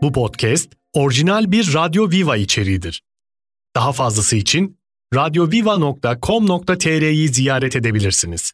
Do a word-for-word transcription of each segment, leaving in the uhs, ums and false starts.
Bu podcast orijinal bir Radyo Viva içeriğidir. Daha fazlası için radyoviva nokta com nokta tr'yi ziyaret edebilirsiniz.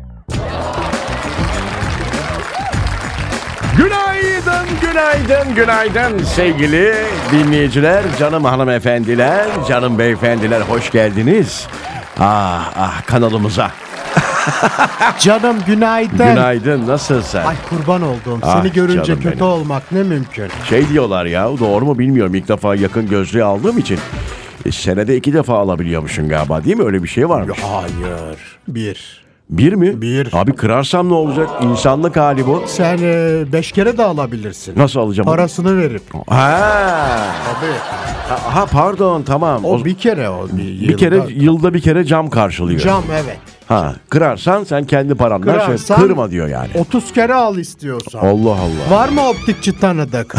Günaydın, günaydın, günaydın sevgili dinleyiciler, canım hanımefendiler, canım beyefendiler, hoş geldiniz. Ah ah kanalımıza. Canım günaydın. Günaydın, nasılsın? Ay kurban olduğum. Ah, Seni görünce canım kötü benim. olmak ne mümkün. Şey diyorlar ya, doğru mu bilmiyorum, ilk defa yakın gözlüğü aldığım için. E, senede iki defa alabiliyormuşsun galiba, değil mi? Öyle bir şey varmış. Hayır. Bir. Bir mi? Bir. Abi kırarsam ne olacak? İnsanlık hali bu. Sen e, beş kere de alabilirsin. Nasıl alacağım? Parasını verip. Ha. Tabii. Ha pardon, tamam. O bir kere o. Bir, Bir yılda. kere yılda bir kere cam karşılıyor. Cam evet. Ha, kırarsan sen kendi paranla şey, Kırarsan kırma diyor yani. otuz kere al istiyorsan. Allah Allah. Var mı optikçi tanıdık?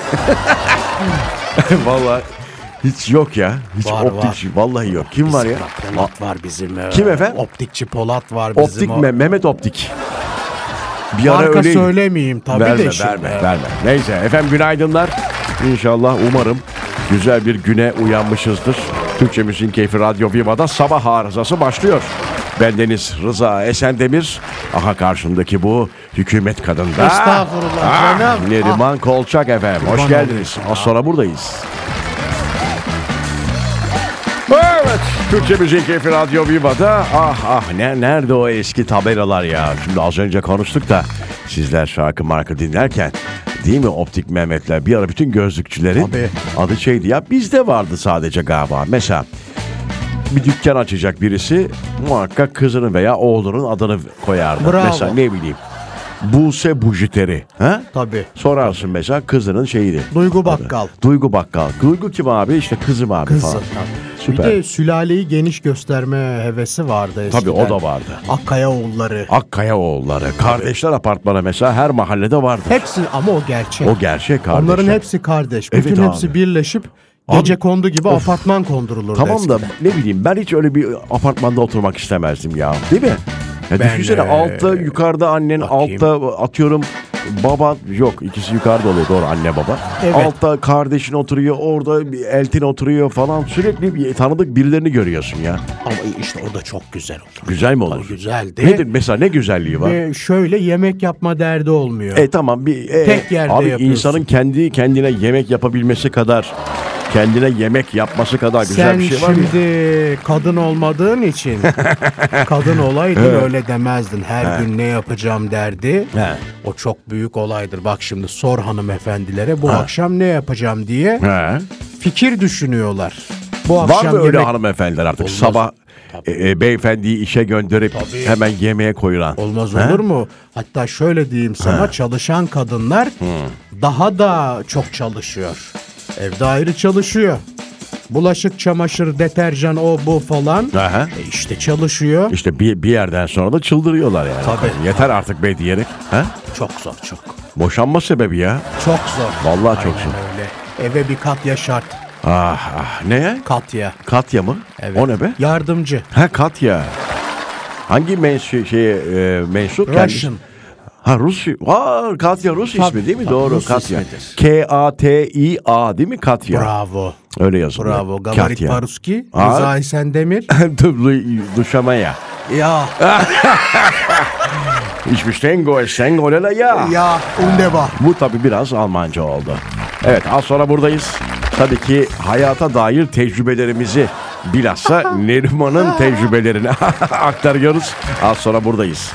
Vallahi hiç yok ya. Hiç Var, optikçi. Vallahi yok. Kim var ya? Polat var bizim. e, Kim efendim? Optikçi Polat var bizim. Optik o. Me- Mehmet Optik. Bir ara Marka öyleydi. söylemeyeyim tabii verme, de şimdi. verme, verme. Neyse efendim, günaydınlar. İnşallah, umarım güzel bir güne uyanmışızdır. Türkçe Müziğin Keyfi Radyo Viva'da sabah arızası başlıyor. Bendeniz Rıza Esendemir. Aha karşımdaki bu hükümet kadında. Estağfurullah Ah, canım. Neriman Kolçak efendim. Hoş Kurban geldiniz. olayım. Az sonra buradayız. Evet, Türkçe Müziğin Keyfi Radyo Viva'da. Ah ah ne nerede o eski tabelalar ya. Şimdi az önce konuştuk da sizler şarkı marka dinlerken, değil mi, Optik Mehmetler bir ara bütün gözlükçülerin Tabii. adı şeydi ya, bizde vardı sadece galiba. Mesela bir dükkan açacak birisi muhakkak kızının veya oğlunun adını koyardı. Bravo. Mesela ne bileyim, Buse Bujiteri. Ha? Tabii. Sorarsın mesela kızının şeyiydi. Duygu Bakkal. Duygu Bakkal. Duygu kim abi? İşte kızım abi Kızı. falan. Tabii. Süper. Bir de sülaleyi geniş gösterme hevesi vardı eskiden. Tabii o da vardı. Akkaya oğulları. Akkaya oğulları. Kardeşler apartmanı mesela her mahallede vardı. Hepsi ama o gerçek. O gerçek kardeşler. Onların hepsi kardeş. Evet Bütün abi. hepsi birleşip Abi- gecekondu gibi Of. apartman kondurulurdu Tamam eskiden. da ne bileyim, ben hiç öyle bir apartmanda oturmak istemezdim ya. Değil mi? Ya Ben, düşünsene, ee, altta yukarıda annen, bakayım. altta atıyorum baba, yok ikisi yukarıda oluyor, doğru, anne baba. Evet. Altta kardeşin oturuyor, orada bir eltin oturuyor falan, sürekli bir tanıdık birilerini görüyorsun ya. Ama işte o da çok güzel oldu. Güzel mi olur? Tabii güzeldi. Nedir mesela, ne güzelliği var? Ve şöyle yemek yapma derdi olmuyor. E tamam, bir e, Tek yerde abi yapıyorsun. insanın kendi kendine yemek yapabilmesi kadar, kendine yemek yapması kadar güzel Sen bir şey var mı? şimdi kadın olmadığın için kadın olaydın öyle demezdin. Her gün ne yapacağım derdi. He. O çok büyük olaydır. Bak şimdi sor hanımefendilere bu akşam ne yapacağım diye He. fikir düşünüyorlar. Bu Var akşam mı öyle yemek hanımefendiler artık Olmaz. sabah Tabii. e, e, beyefendiyi işe gönderip Tabii. hemen yemeğe koyulan? olmaz He? olur mu? Hatta şöyle diyeyim sana, çalışan kadınlar daha da çok çalışıyor. Evde ayrı çalışıyor. Bulaşık, çamaşır, deterjan, o bu falan. Aha. E işte çalışıyor. İşte bir, bir yerden sonra da çıldırıyorlar yani. Tabii. Yeter artık be diyerek. He? Çok zor, çok. Boşanma sebebi ya. Çok zor. Vallahi çok Aynen zor. öyle. Eve bir Katya şart. Ah ah. Neye? Katya. Katya mı? Evet. O ne be? Yardımcı. Ha, Katya. Hangi mensu şeye e, mensup? Kendisi- Russian. Ha, Rus. Aa, Katya Rus Tabii, ismi değil mi? tabii, Doğru, Rus Katya. ismidir. K A T I A değil mi Katya? Bravo. Öyle yazılıyor. Bravo. Gavarit Katya. Paruski. Aa. Rıza Esendemir. Duşamaya. Ya. Ich bestengo es sengolela ya. Ya. Undeva. Bu tabii biraz Almanca oldu. Evet, az sonra buradayız. Tabii ki hayata dair tecrübelerimizi, bilhassa Neriman'ın tecrübelerini aktarıyoruz. Az sonra buradayız.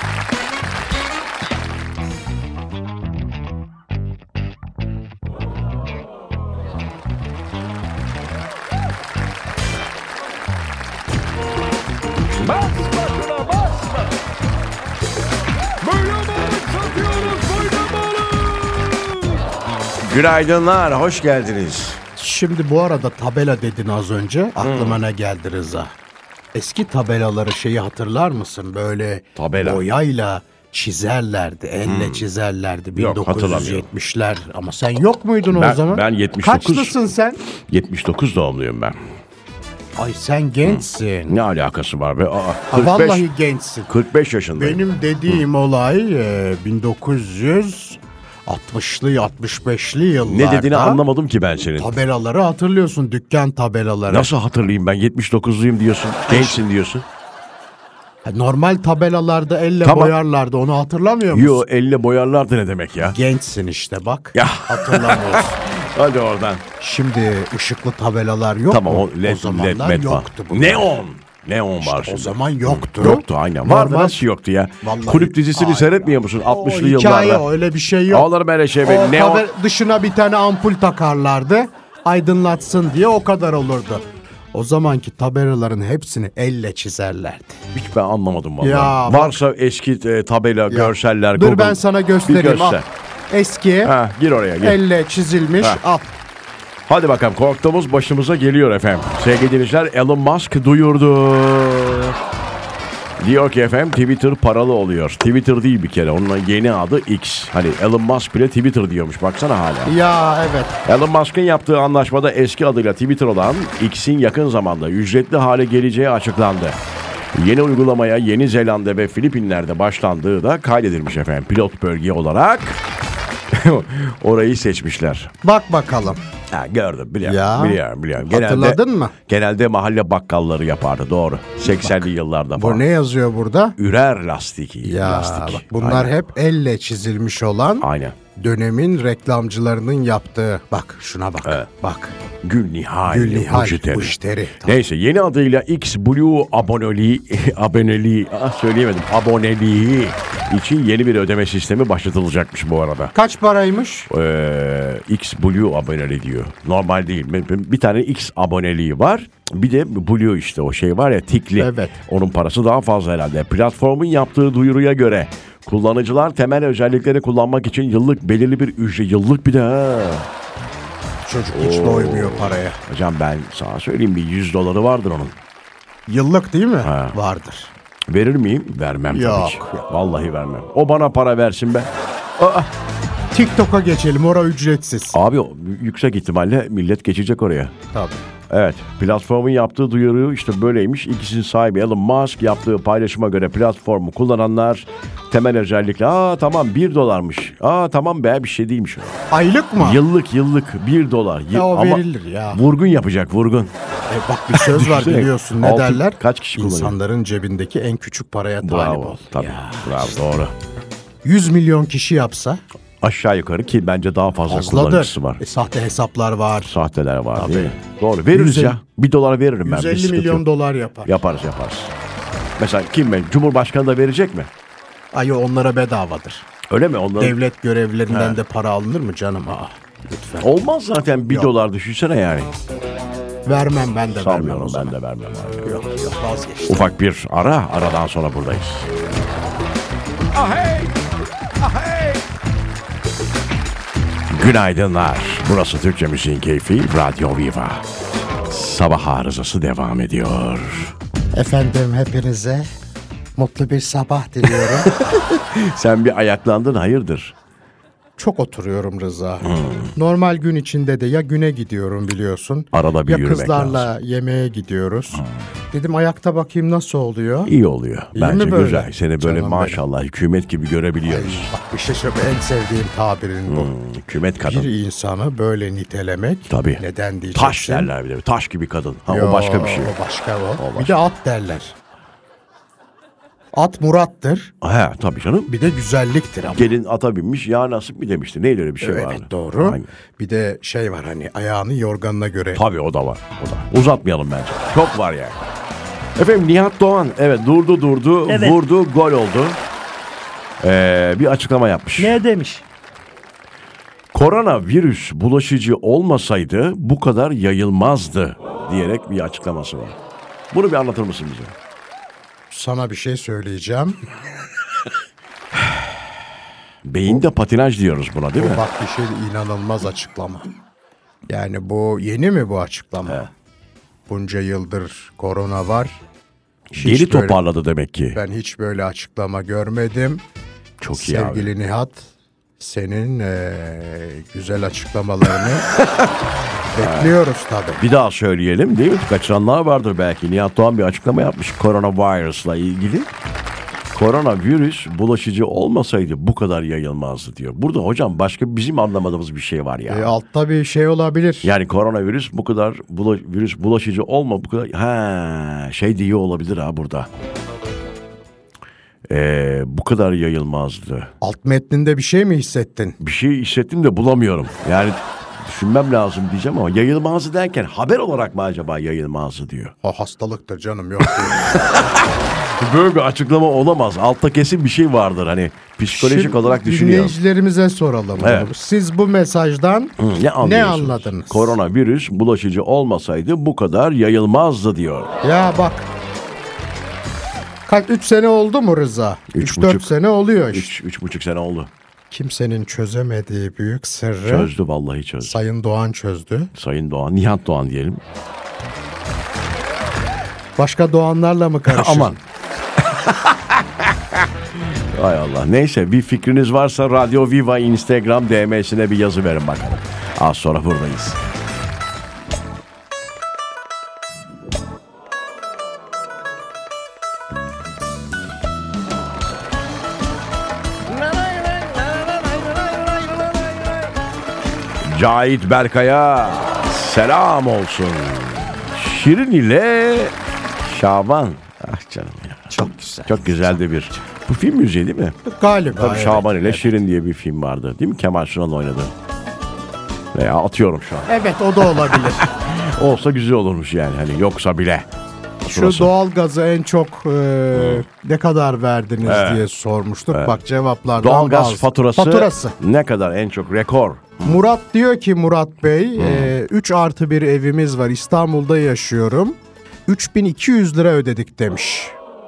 Bas başına basma. Böyle balık satıyoruz, böyle balık. Günaydınlar, hoş geldiniz. Şimdi bu arada tabela dedin az önce. Aklıma ne geldi Rıza? Eski tabelaları şeyi hatırlar mısın? Böyle Tabela. boyayla çizerlerdi. Elle çizerlerdi. Yok, bin dokuz yüz hatırlamıyorum. yetmişler. Ama sen yok muydun Ben- o zaman? ben yetmiş dokuz. Kaçlısın sen? yetmiş dokuz doğumluyum ben. Ay sen gençsin. Ne alakası var be? Aa, Ha, kırk beş, vallahi gençsin. kırk beş yaşındayım. Benim dediğim olay e, bin dokuz yüz altmışlı altmış beşli yıllarda. Ne dediğini anlamadım ki ben senin. Tabelaları hatırlıyorsun, dükkan tabelaları. Nasıl hatırlayayım ben? yetmiş dokuzluyum diyorsun. Gençsin diyorsun. Normal tabelalarda elle Tamam. boyarlardı, onu hatırlamıyor musun? Yo, elle boyarlardı ne demek ya? Gençsin işte bak. Ya. Hatırlamıyorsun. Hadi oradan. Şimdi ışıklı tabelalar yok Tamam mu? o led, o zamanlar led, yoktu bu. Neon. Neon İşte var o şimdi. zaman yoktu. Yoktu aynen. Vardı, Normal- nasıl yoktu ya? Vallahi- Kulüp dizisini Hayır. seyretmiyor musun? altmışlı O hikaye yıllarda. o, öyle bir şey yok. Olur böyle şey. O be. Neon. tabe- dışına bir tane ampul takarlardı. Aydınlatsın diye, o kadar olurdu. O zamanki tabelaların hepsini elle çizerlerdi. Hiç ben anlamadım vallahi. Ya bak- Varsa eski e, tabela, görseller. Dur Google. ben sana Bir göstereyim. Al. göster. Eski, Ha, gir oraya gir. elle çizilmiş. Ha. Al. Hadi bakalım, korktuğumuz başımıza geliyor efendim. Sevgili dinleyiciler, Elon Musk duyurdu. Diyor ki efendim, Twitter paralı oluyor. Twitter değil bir kere, onun yeni adı X. Hani Elon Musk bile Twitter diyormuş, baksana hala. Ya evet. Elon Musk'ın yaptığı anlaşmada eski adıyla Twitter olan X'in yakın zamanda ücretli hale geleceği açıklandı. Yeni uygulamaya Yeni Zelanda ve Filipinler'de başlandığı da kaydedilmiş efendim. Pilot bölge olarak orayı seçmişler. Bak bakalım. Ha, gördüm, biliyorum, Ya. biliyorum, biliyorum. Hatırladın mı? Genelde mahalle bakkalları yapardı, doğru. seksenli yıllarda falan. Bu ne yazıyor burada? Ürer lastik. Ya lastik. bak, bunlar Aynen. hep elle çizilmiş olan Aynen. dönemin reklamcılarının yaptığı. Bak şuna bak. Evet. Bak. Gül Nihal. Gülnihal Mujiteri. Mujiteri. Tabii. Neyse, yeni adıyla X Blue aboneliği, aboneliği, ah, söyleyemedim, aboneliği için yeni bir ödeme sistemi başlatılacakmış bu arada. Kaç paraymış? Ee, X Blue aboneliği diyor. Normal değil. Bir tane X aboneliği var. Bir de Blue, işte o şey var ya, tikli. Evet. Onun parası daha fazla herhalde. Platformun yaptığı duyuruya göre kullanıcılar temel özellikleri kullanmak için yıllık belirli bir ücret, yıllık bir de ha. Çocuk hiç doymuyor paraya. Hocam ben sana söyleyeyim, bir yüz doları vardır onun. Yıllık değil mi? Ha. Vardır. Verir miyim? Vermem Yok, tabii ki. yok. Vallahi vermem. O bana para versin be. Aa, TikTok'a geçelim, ora ücretsiz. abi o yüksek ihtimalle millet geçecek oraya. Tabii. Evet, platformun yaptığı duyuru işte böyleymiş. İkisinin sahibi Elon Musk yaptığı paylaşıma göre platformu kullananlar temel özellikle, aa tamam bir dolarmış. Aa tamam be, bir şey değilmiş. Aylık mı? Yıllık yıllık bir dolar. Yıl- Ya o ama verilir ya. vurgun yapacak, vurgun. E bak, bir söz var Düşünsene, biliyorsun, ne altı- derler? kaç kişi kullanıyor? İnsanların cebindeki en küçük paraya talip Bravo. ol. Tabii. Ya. Bravo, doğru. yüz milyon kişi yapsa Aşağı yukarı, ki bence daha fazla fazladır. kullanıcısı var. E, sahte hesaplar var. Sahteler var Tabii. değil mi? Doğru. Veririz yüz elli ya. Bir dolar veririm ben. yüz bir elli sıkıntı milyon yok. dolar yapar. Yaparız yaparız. Mesela kim ben? Cumhurbaşkanı da verecek mi? Ay onlara bedavadır. Öyle mi? Onların... Devlet görevlilerinden de para alınır mı canım? Aa, lütfen. Olmaz zaten, bir Yok. dolar düşünsene yani. Vermem, ben de vermem Sanmıyorum, o ben zaman. de vermem. Abi. Yok yok, vazgeçtim. Ufak bir ara, aradan sonra buradayız. Günaydınlar. Burası Türkçe Müziğin Keyfi, Radyo Viva. Sabah arızası devam ediyor. Efendim, hepinize mutlu bir sabah diliyorum. Sen bir ayaklandın, hayırdır? Çok oturuyorum Rıza. Normal gün içinde de ya güne gidiyorum biliyorsun. Arada bir ya yürümek kızlarla lazım. yemeğe gidiyoruz. Dedim ayakta bakayım nasıl oluyor. İyi oluyor. İyi Bence mi böyle? güzel. Seni böyle Canım maşallah hükümet gibi görebiliyoruz. Bak bir şey söyleyeyim, en sevdiğim tabirin bu. Hmm, hükümet kadın. Bir insanı böyle nitelemek Tabii. neden diyeceksin? Taş derler bir de. Taş gibi kadın. Ha, Yo, o başka bir şey. O başka o. O Bir başka. de at derler. At Murat'tır. He tabii canım. Bir de güzelliktir ama. Gelin ata binmiş, ya nasip mi demişti. Neydi öyle bir şey Evet, vardı. doğru. Aynen. Bir de şey var, hani ayağını yorganına göre. Tabii o da var. O da. Uzatmayalım bence. Çok var yani. Efendim Nihat Doğan evet durdu durdu Evet. vurdu gol oldu. Ee, bir açıklama yapmış. Ne demiş? Koronavirüs bulaşıcı olmasaydı bu kadar yayılmazdı diyerek bir açıklaması var. Bunu bir anlatır mısın bize? Sana bir şey söyleyeceğim. Beyinde patinaj diyoruz buna değil mi? Bu bak bir şey, inanılmaz açıklama. Yani bu yeni mi bu açıklama? He. Bunca yıldır korona var. Hiç Geri böyle- toparladı demek ki. Ben hiç böyle açıklama görmedim. Çok iyi abi. Sevgili Nihat, senin eee, güzel açıklamalarını bekliyoruz tabii. Bir daha söyleyelim değil mi? Kaçıranlar vardır belki. Nihat Doğan bir açıklama yapmış koronavirüsle ilgili. Koronavirüs bulaşıcı olmasaydı bu kadar yayılmazdı diyor. Burada hocam başka bizim anlamadığımız bir şey var ya. E, altta bir şey olabilir. Yani koronavirüs bu kadar bula, virüs bulaşıcı olma bu kadar ha şey diye olabilir ha burada. Ee, bu kadar yayılmazdı. Alt metninde bir şey mi hissettin? Bir şey hissettim de bulamıyorum. Yani düşünmem lazım diyeceğim ama yayılmazdı derken haber olarak mı acaba yayılmazdı diyor. O hastalıktır canım, yok değil. Böyle bir açıklama olamaz. Altta kesin bir şey vardır hani psikolojik Şimdi olarak düşünüyorum. dinleyicilerimize soralım. Evet. Siz bu mesajdan Hı, ne, ne anlıyorsunuz? anladınız? Koronavirüs bulaşıcı olmasaydı bu kadar yayılmazdı diyor. Ya bak. Kaç üç sene oldu mu Rıza? Üç üç dört buçuk. sene oluyor işte. Üç, üç buçuk sene oldu. Kimsenin çözemediği büyük sırrı Çözdü vallahi çözdü. Sayın Doğan çözdü. Sayın Doğan, Nihat Doğan diyelim. Başka Doğanlarla mı karışır? Aman. Hay Allah. Neyse bir fikriniz varsa Radyo Viva Instagram D M'sine bir yazı verin bakalım. Az sonra buradayız. Cahit Berkay'a selam olsun. Şirin ile Şaban. Ah canım ya. Çok güzel. Çok güzel de bir. Bu film müziği değil mi? Galiba. Tabii evet, Şaban ile evet. Şirin diye bir film vardı. Değil mi? Kemal Sunal oynadı. Veya atıyorum şu an. Evet, o da olabilir. Olsa güzel olurmuş yani. Hani yoksa bile. Şu Burası. doğalgazı en çok e, ne kadar verdiniz Evet. diye sormuştuk. Bak cevaplardan Doğalgaz bazı. faturası, Faturası. ne kadar en çok rekor? Murat diyor ki Murat Bey üç artı bir evimiz var, İstanbul'da yaşıyorum. üç bin iki yüz lira ödedik demiş.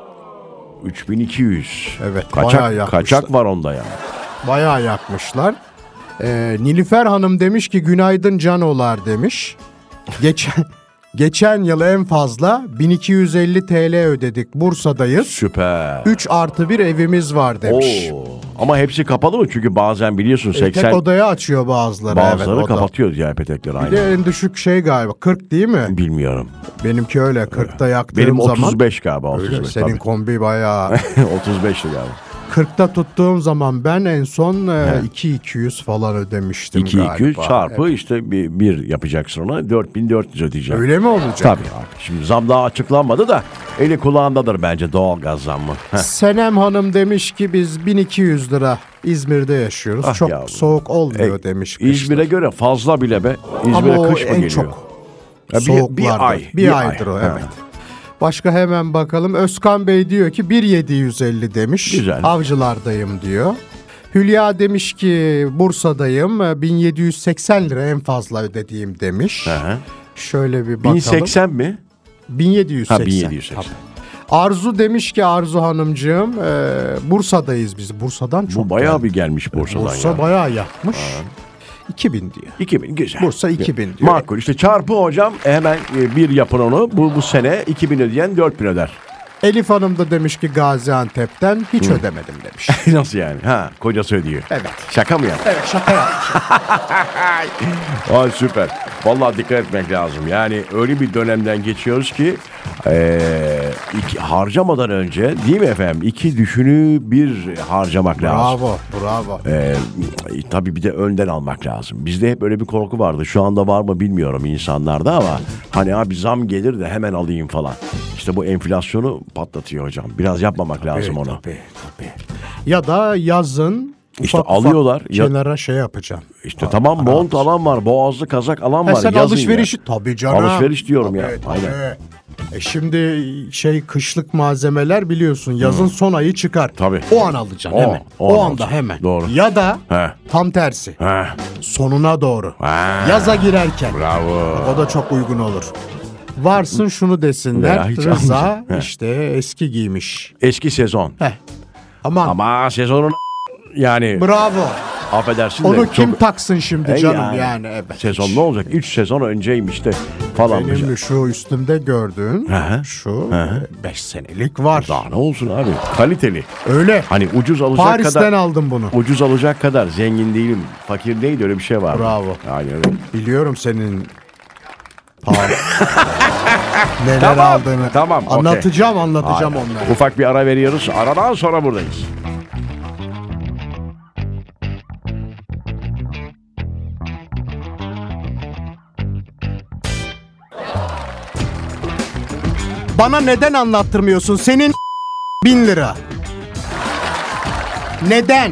üç bin iki yüz. Evet, Kaçak, bayağı yakmışlar. kaçak var onda ya. Bayağı yakmışlar. Ee, Nilüfer Hanım demiş ki günaydın canolar demiş. Geçen geçen yıl en fazla bin iki yüz elli T L ödedik. Bursa'dayız. Süper. üç artı bir evimiz var demiş. Oo. Ama hepsi kapalı mı? Çünkü bazen biliyorsun E, seksen tek odaya açıyor bazıları. bazıları evet, oda. kapatıyor diğer petekler Bir aynı. de en düşük şey galiba kırk değil mi? Bilmiyorum. Benimki öyle kırkta yaktığım Benim zaman. otuz beş galiba. Öyle, otuz beş, senin tabii. kombi bayağı. otuz beşti galiba. kırkta tuttuğum zaman ben en son e, iki bin iki yüz falan ödemiştim iki galiba. iki yüz çarpı Evet. işte bir, bir yapacaksın ona dört bin dört yüz ödeyeceksin. Öyle mi olacak? Tabii abi. Şimdi zam daha açıklanmadı da eli kulağındadır bence doğalgaz zammı. Heh. Senem Hanım demiş ki biz bin iki yüz lira İzmir'de yaşıyoruz. Ah çok yavrum. soğuk olmuyor E, demiş. kışta. İzmir'e göre fazla bile be. Ama İzmir'e o kış mı en geliyor? çok Ya bir- soğuklardır. bir ay, Bir, bir aydır ay. o, Ha. evet. Başka hemen bakalım. Özkan Bey diyor ki bin yedi yüz elli demiş. Güzel. Avcılardayım diyor. Hülya demiş ki Bursa'dayım. bin yedi yüz seksen lira en fazla ödediğim demiş. Hı hı. Şöyle bir bakalım. bin seksen mi? bin yedi yüz seksen. Ha bin yedi yüz seksen. Tabii. Arzu demiş ki Arzu Hanımcığım e, Bursa'dayız biz. Bursa'dan çok Bu bayağı geldi. bir gelmiş Bursa'dan Bursa ya. bayağı yakmış. iki bin diyor. iki bin güzel. Bursa iki bin diyor. Makul. İşte çarpı hocam hemen e, bir yapın onu. Bu, bu sene iki bin ödeyen dört bin öder. Elif Hanım da demiş ki Gaziantep'ten hiç ödemedim demiş. Nasıl yani? Ha kocası ödüyor. Evet. Şaka mı ya? Evet, şaka yapmış. Ay süper. Vallahi dikkat etmek lazım. Yani öyle bir dönemden geçiyoruz ki eee, iki, harcamadan önce değil mi efendim? İki düşünü bir harcamak lazım. Bravo, bravo. Ee, tabii bir de önden almak lazım. Bizde hep öyle bir korku vardı. Şu anda var mı bilmiyorum insanlarda ama hani abi zam gelir de hemen alayım falan. İşte bu enflasyonu patlatıyor hocam. Biraz yapmamak lazım Evet, onu. tabii, tabii. Ya da yazın İşte ufak alıyorlar. ufak Ya- kenara şey yapacağım. İşte tamam mont alan var, boğazlı kazak alan E var. sen yazın alışverişi ya. tabii canım. Alışveriş diyorum Tabii, ya. tabii. Aynen. E şimdi şey kışlık malzemeler biliyorsun yazın son ayı çıkar. Tabii. O an alacaksın O, hemen. o O, an anda alacaksın. hemen. Doğru. Ya da He. tam tersi. He. Sonuna doğru. Ha. Yaza girerken. Bravo. O da çok uygun olur. Varsın şunu desinler. Ya hiç Rıza almayacağım. He. işte eski giymiş. Eski sezon. Heh. Aman. Ama sezonun yani Bravo. affedersin de. Onu kim çok- taksın şimdi E canım yani. yani, evet. Sezon ne olacak? üç sezon önceymiş de falan. Benim şu üstümde gördüğün Hı hı. şu beş senelik var. Daha ne olsun abi? Kaliteli. Öyle. Hani ucuz alacak Paris'ten kadar aldım bunu. ucuz alacak kadar zengin değilim. Fakir değil öyle bir şey var. Bravo. Aynen öyle. Biliyorum senin pahalı. Neler Tamam, aldığını. tamam, okey. Anlatacağım anlatacağım Aynen. onları. Ufak bir ara veriyoruz. Aradan sonra buradayız. Bana neden anlattırmıyorsun? Senin bin lira. Neden?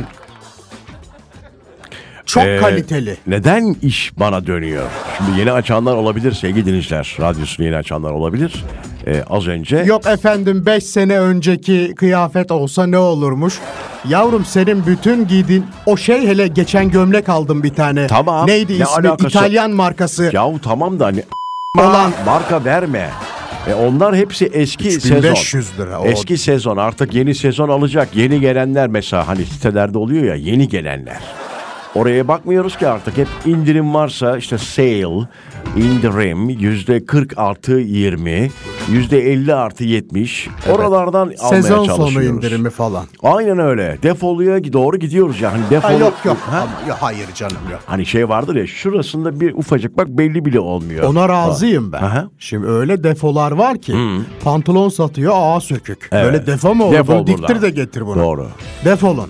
Çok Ee, kaliteli. Neden iş bana dönüyor? Şimdi yeni açanlar olabilir sevgili dinleyiciler. Radyosunu yeni açanlar olabilir. Ee, az önce... Yok efendim beş sene önceki kıyafet olsa ne olurmuş? Yavrum senin bütün giydiğin o şey, hele geçen gömlek aldım bir tane. Tamam, Neydi ne ismi? alakası- İtalyan markası. Yahu tamam da hani... Olan. Marka verme. E onlar hepsi eski üç bin sezon. beş yüz lira. O- Eski sezon, artık yeni sezon alacak. Yeni gelenler mesela, hani sitelerde oluyor ya, yeni gelenler. Oraya bakmıyoruz ki artık. Hep indirim varsa işte sale, indirim, yüzde kırk artı yirmi, yüzde elli artı yetmiş. Oralardan almaya Sezon çalışıyoruz. sonu indirimi falan. Aynen öyle. Defoluya doğru gidiyoruz ya. Hani defolu... Ha, yok yok. Ha? Ama, ya, hayır canım yok. Hani şey vardır ya, şurasında bir ufacık bak belli bile olmuyor. Ona razıyım ben. Aha. Şimdi öyle defolar var ki pantolon satıyor ağa sökük. Evet. Böyle defo mu olur? Defol Bunu diktir buradan. de getir bunu. Doğru. Defolun.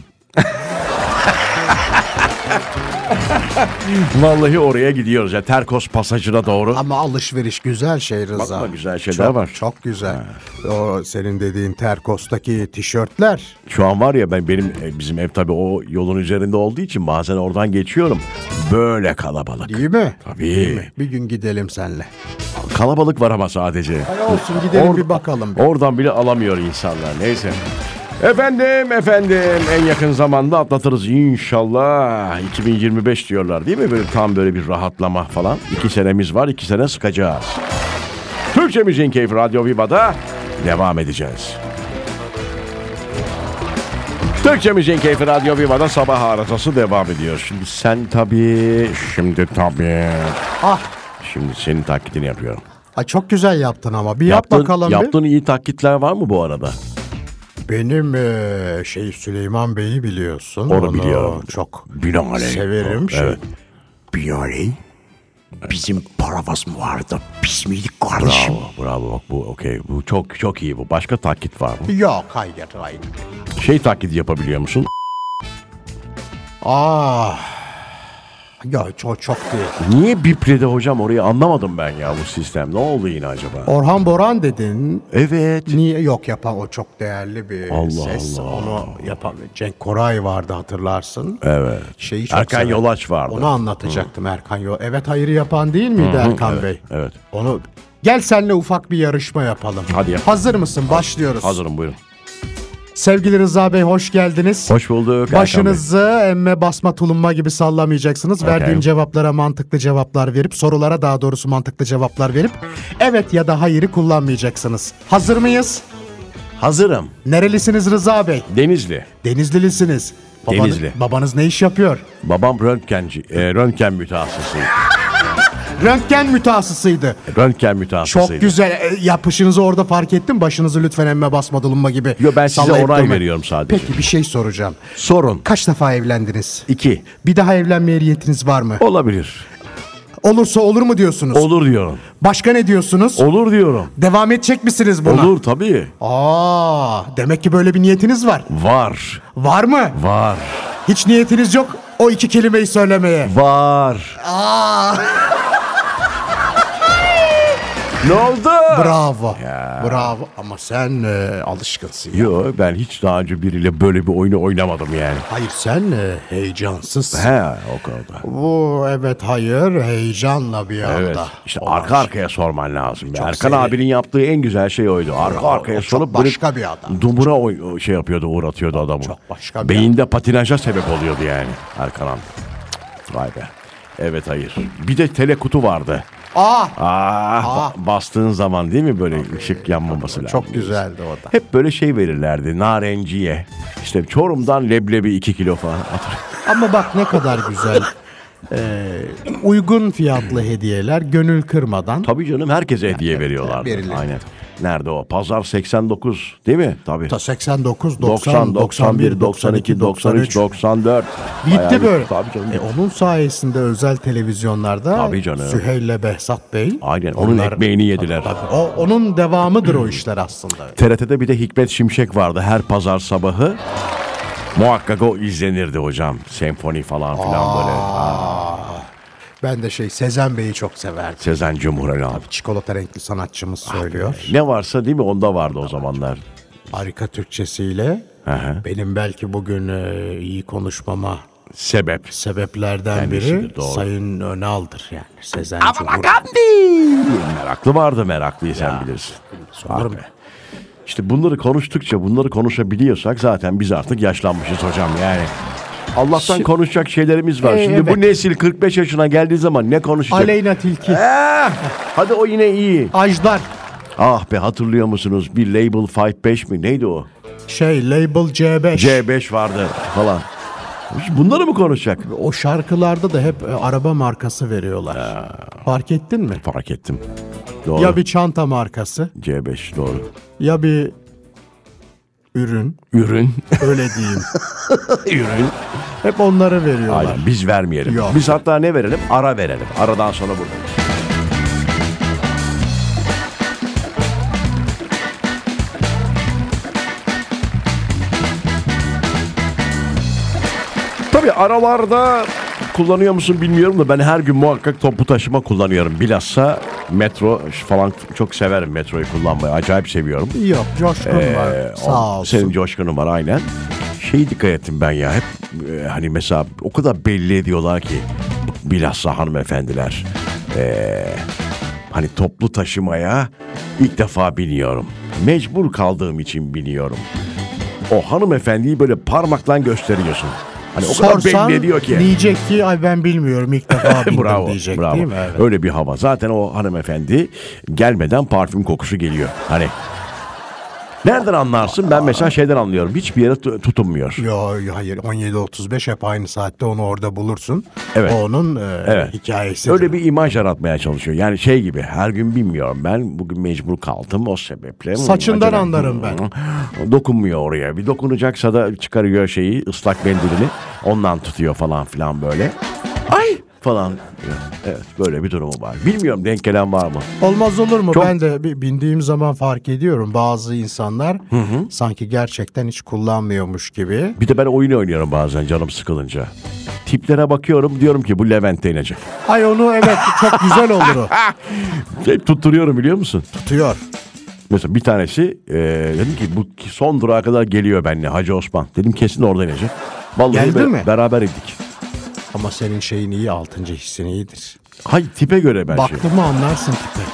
Vallahi oraya gidiyoruz ya, Terkos pasajına doğru. Ama alışveriş güzel şey Rıza. Bakma, güzel şeyler çok, var. Çok güzel. O senin dediğin Terkos'taki tişörtler. Şu an var ya, ben benim e, bizim ev tabii o yolun üzerinde olduğu için bazen oradan geçiyorum. Böyle kalabalık. Değil mi? Tabii. Değil mi? Bir gün gidelim seninle. Kalabalık var ama sadece. Hay olsun gidelim Or- bir bakalım. Oradan bile alamıyor insanlar. Neyse. Efendim efendim en yakın zamanda atlatırız inşallah. iki bin yirmi beş diyorlar değil mi? Böyle tam böyle bir rahatlama falan. İki senemiz var, iki sene sıkacağız. Türkçe Müziğin Keyfi Radyo Viva'da devam edeceğiz. Türkçe Müziğin Keyfi Radyo Viva'da sabah arızası devam ediyor. Şimdi sen tabii, şimdi tabii. Ah, Şimdi senin taklidini yapıyorum. ay çok güzel yaptın ama. Bir yap Yaptığın, bakalım bir. yaptığın iyi taklitler var mı bu arada? Benim eee, şey Süleyman Bey'i biliyorsun. Onu biliyorum. Çok Binaenaleyh. severim. Şey. Evet. Binaenaleyh bizim paramız mı vardı? Biz miydik kardeşim? Bravo, bravo. Bak bu okey. Bu çok çok iyi bu. Başka taklit var mı? Yok hayır hayır. Şey taklidi yapabiliyor musun? Ah. Ya çok çok değil. Niye bipledi hocam orayı, anlamadım ben ya bu sistem. Ne oldu yine acaba? Orhan Boran dedin. Evet. Niye yok yapan, o çok değerli bir Allah ses. Allah. Onu yapan Cenk Koray vardı, hatırlarsın. Evet. Şeyi çok Erkan severim. Yolaç vardı. Onu anlatacaktım. Erkan Yol. Evet hayırı yapan değil miydi Erkan evet, Bey? evet. Onu gel seninle ufak bir yarışma yapalım. Hadi yap. Hazır mısın? Başlıyoruz. Hazırım, buyurun. Sevgili Rıza Bey hoş geldiniz. Hoş bulduk Erkan Bey. Başınızı emme basma tulumba gibi sallamayacaksınız. Okey. Verdiğim cevaplara mantıklı cevaplar verip, sorulara daha doğrusu mantıklı cevaplar verip evet ya da hayırı kullanmayacaksınız. Hazır mıyız? Hazırım. Nerelisiniz Rıza Bey? Denizli. Denizlilisiniz. Babanız, Denizli. Babanız ne iş yapıyor? Babam röntgenci, e, röntgen mütehassısıydı. Röntgen mütehassısıydı. Röntgen mütehassısıydı. Çok güzel. E, yapışınızı orada fark ettim. Başınızı lütfen emme basma tulumba gibi. Yo, ben size sallayıp onay durmayın. veriyorum sadece. Peki bir şey soracağım. Sorun. Kaç defa evlendiniz? İki. Bir daha evlenmeye niyetiniz var mı? Olabilir. Olursa olur mu diyorsunuz? Olur diyorum. Başka ne diyorsunuz? Olur diyorum. Devam edecek misiniz buna? Olur tabii. Aa, demek ki böyle bir niyetiniz var. Var. Var mı? Var. Hiç niyetiniz yok o iki kelimeyi söylemeye. Var. Aa, Ne oldu? bravo. Ya. Bravo ama sen e, alışkınsın. ya. Yo, ben hiç daha önce biriyle böyle bir oyunu oynamadım yani. Hayır sen e, heyecansızsın. He, o kadar. Bu evet hayır heyecanla bir anda. Evet. İşte olan arka arkaya sorman lazım. Çok Erkan sevi- abinin yaptığı en güzel şey oydu. Arka Bravo, arkaya o çok sorup böyle başka bir adam. dumura oy- şey yapıyordu, uğratıyordu adamı. çok başka bir Beyinde patinaja sebep oluyordu yani Erkan abi. Cık, vay be. Evet hayır. Bir de telekutu vardı. Aa, Ah, ba- bastığın zaman değil mi böyle ışık yanmaması lazım. çok güzeldi o da. Hep böyle şey verirlerdi, narenciye. İşte Çorum'dan leblebi iki kilo falan. Ama bak ne kadar güzel. Ee, uygun fiyatlı hediyeler gönül kırmadan Tabii canım, herkese hediye veriyorlardı. verilir. Aynen. Nerede o? Pazar seksen dokuz değil mi? Tabii. Ta seksen dokuz, doksan, doksan bir, doksan iki, doksan üç, doksan dört. Gitti Bayağı böyle. bir- Tabii canım. E, onun sayesinde özel televizyonlarda Tabii canım. Süheyl'le Behzat Bey. Aynen, onun ekmeğini yediler. Tabii, tabii. O, onun devamıdır o işler aslında. T R T'de bir de Hikmet Şimşek vardı her pazar sabahı. Muhakkak o izlenirdi hocam. Senfoni falan filan böyle. Aa, Ben de şey Sezen Bey'i çok severdim. Sezen Cumhurel abi. Çikolata renkli sanatçımız söylüyor. Ne varsa değil mi onda vardı o zamanlar. Harika Türkçesiyle. hı. Benim belki bugün e, iyi konuşmama Sebep. sebeplerden biri Kendisidir, doğru. Sayın Önal'dır yani. Sezen Cumhurel. Meraklı vardı meraklıyı sen bilirsin. Sorarım. Ah be. İşte bunları konuştukça, bunları konuşabiliyorsak zaten biz artık yaşlanmışız hocam yani. Allah'tan Şi- konuşacak şeylerimiz var. Ee, Şimdi bu evet. nesil kırk beş yaşına geldiği zaman ne konuşacak? Aleyna Tilki. Eh, hadi o yine iyi. Ajdar. Ah be, hatırlıyor musunuz? Bir Label beş beş mi? Neydi o? Şey Label C beş. C beş vardı falan. Bunları mı konuşacak? O şarkılarda da hep e, araba markası veriyorlar. Fark ettin mi? Fark ettim. Doğru. Ya bir çanta markası C beş doğru. ya bir ürün. Ürün. Öyle diyeyim. Ürün. Hep onları veriyorlar. Aynen, biz vermeyelim. Yok. Biz hatta ne verelim? Ara verelim. Aradan sonra buradayız. Tabii aralarda kullanıyor musun bilmiyorum da ben her gün muhakkak toplu taşıma kullanıyorum. Bilhassa metro falan çok severim, metroyu kullanmayı. Acayip seviyorum. Yok coşkun Ee, var. o- Sağ olsun. Senin coşkunun var aynen. Şeyi dikkat ettim ben ya hep e, hani mesela o kadar belli ediyorlar ki bilhassa hanımefendiler e, hani toplu taşımaya ilk defa biniyorum. Mecbur kaldığım için biniyorum. O hanımefendiyi böyle parmakla gösteriyorsun. Hani o kadar Sorsan belli ediyor ki. diyecek ki ay ben bilmiyorum ilk defa bindim Bravo, diyecek bravo. değil mi? Evet. Öyle bir hava. Zaten o hanımefendi gelmeden parfüm kokusu geliyor. Hani nereden anlarsın? Ben mesela şeyden anlıyorum. Hiçbir yere tu- tutunmuyor. Yo, yo, hayır on yedi otuz beş hep aynı saatte onu orada bulursun. Evet. O onun e, Evet. hikayesi. Öyle bir imaj yaratmaya çalışıyor. Yani şey gibi her gün bilmiyorum ben. Bugün mecbur kaldım o sebeple. Saçından Acaba- anlarım ben. Dokunmuyor oraya. Bir dokunacaksa da çıkarıyor şeyi, ıslak mendilini. Ondan tutuyor falan filan böyle. Ay falan. Evet, böyle bir durumu var. Bilmiyorum, denk gelen var mı? Olmaz olur mu? Çok- Ben de bir bindiğim zaman fark ediyorum. Bazı insanlar sanki gerçekten hiç kullanmıyormuş gibi. Bir de ben oyun oynuyorum bazen canım sıkılınca. Tiplere bakıyorum, diyorum ki bu Levent'te inecek. Ay onu evet çok güzel olur o. Hep tutturuyorum, biliyor musun? Tutuyor. Mesela bir tanesi e, dedim ki bu son durağa kadar geliyor benimle, Hacı Osman. Dedim kesin orada inecek. Vallahi Geldi be- mi? beraber indik. Ama senin şeyin iyi, altıncı hissin iyidir. Hay tipe göre bence. Baktın mı anlarsın tipi.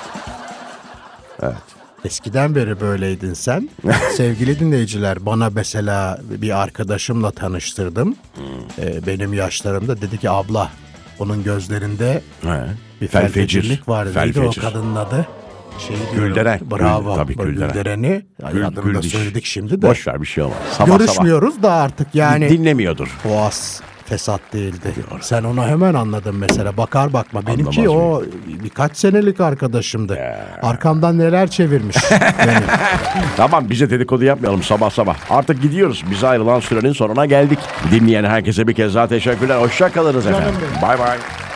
Evet. Eskiden beri böyleydin sen. Sevgili dinleyiciler, bana mesela bir arkadaşımla tanıştırdım. Ee, benim yaşlarımda dedi ki abla onun gözlerinde He. bir Felfecir. felfecirlik var. Neydi o Felfecir. kadının adı? Şey diyorum, Gülderen. Bravo. Gül- tabii Gülderen. Gülderen'i. Gül- Adını da Güldiş. söyledik şimdi de. Boş ver, bir şey olmaz. Sabah Görüşmüyoruz da artık sabah. yani. Dinlemiyordur. Boğaz fesat değildi. Sen onu hemen anladın mesela. Bakar bakma. Benimki Anlamaz o birkaç senelik arkadaşımdı. Arkamdan neler çevirmiş. benim. Tamam, bize dedikodu yapmayalım sabah sabah. Artık gidiyoruz. Bize ayrılan sürenin sonuna geldik. Dinleyen herkese bir kez daha teşekkürler. Hoşça kalınız efendim. benim. Bay bay.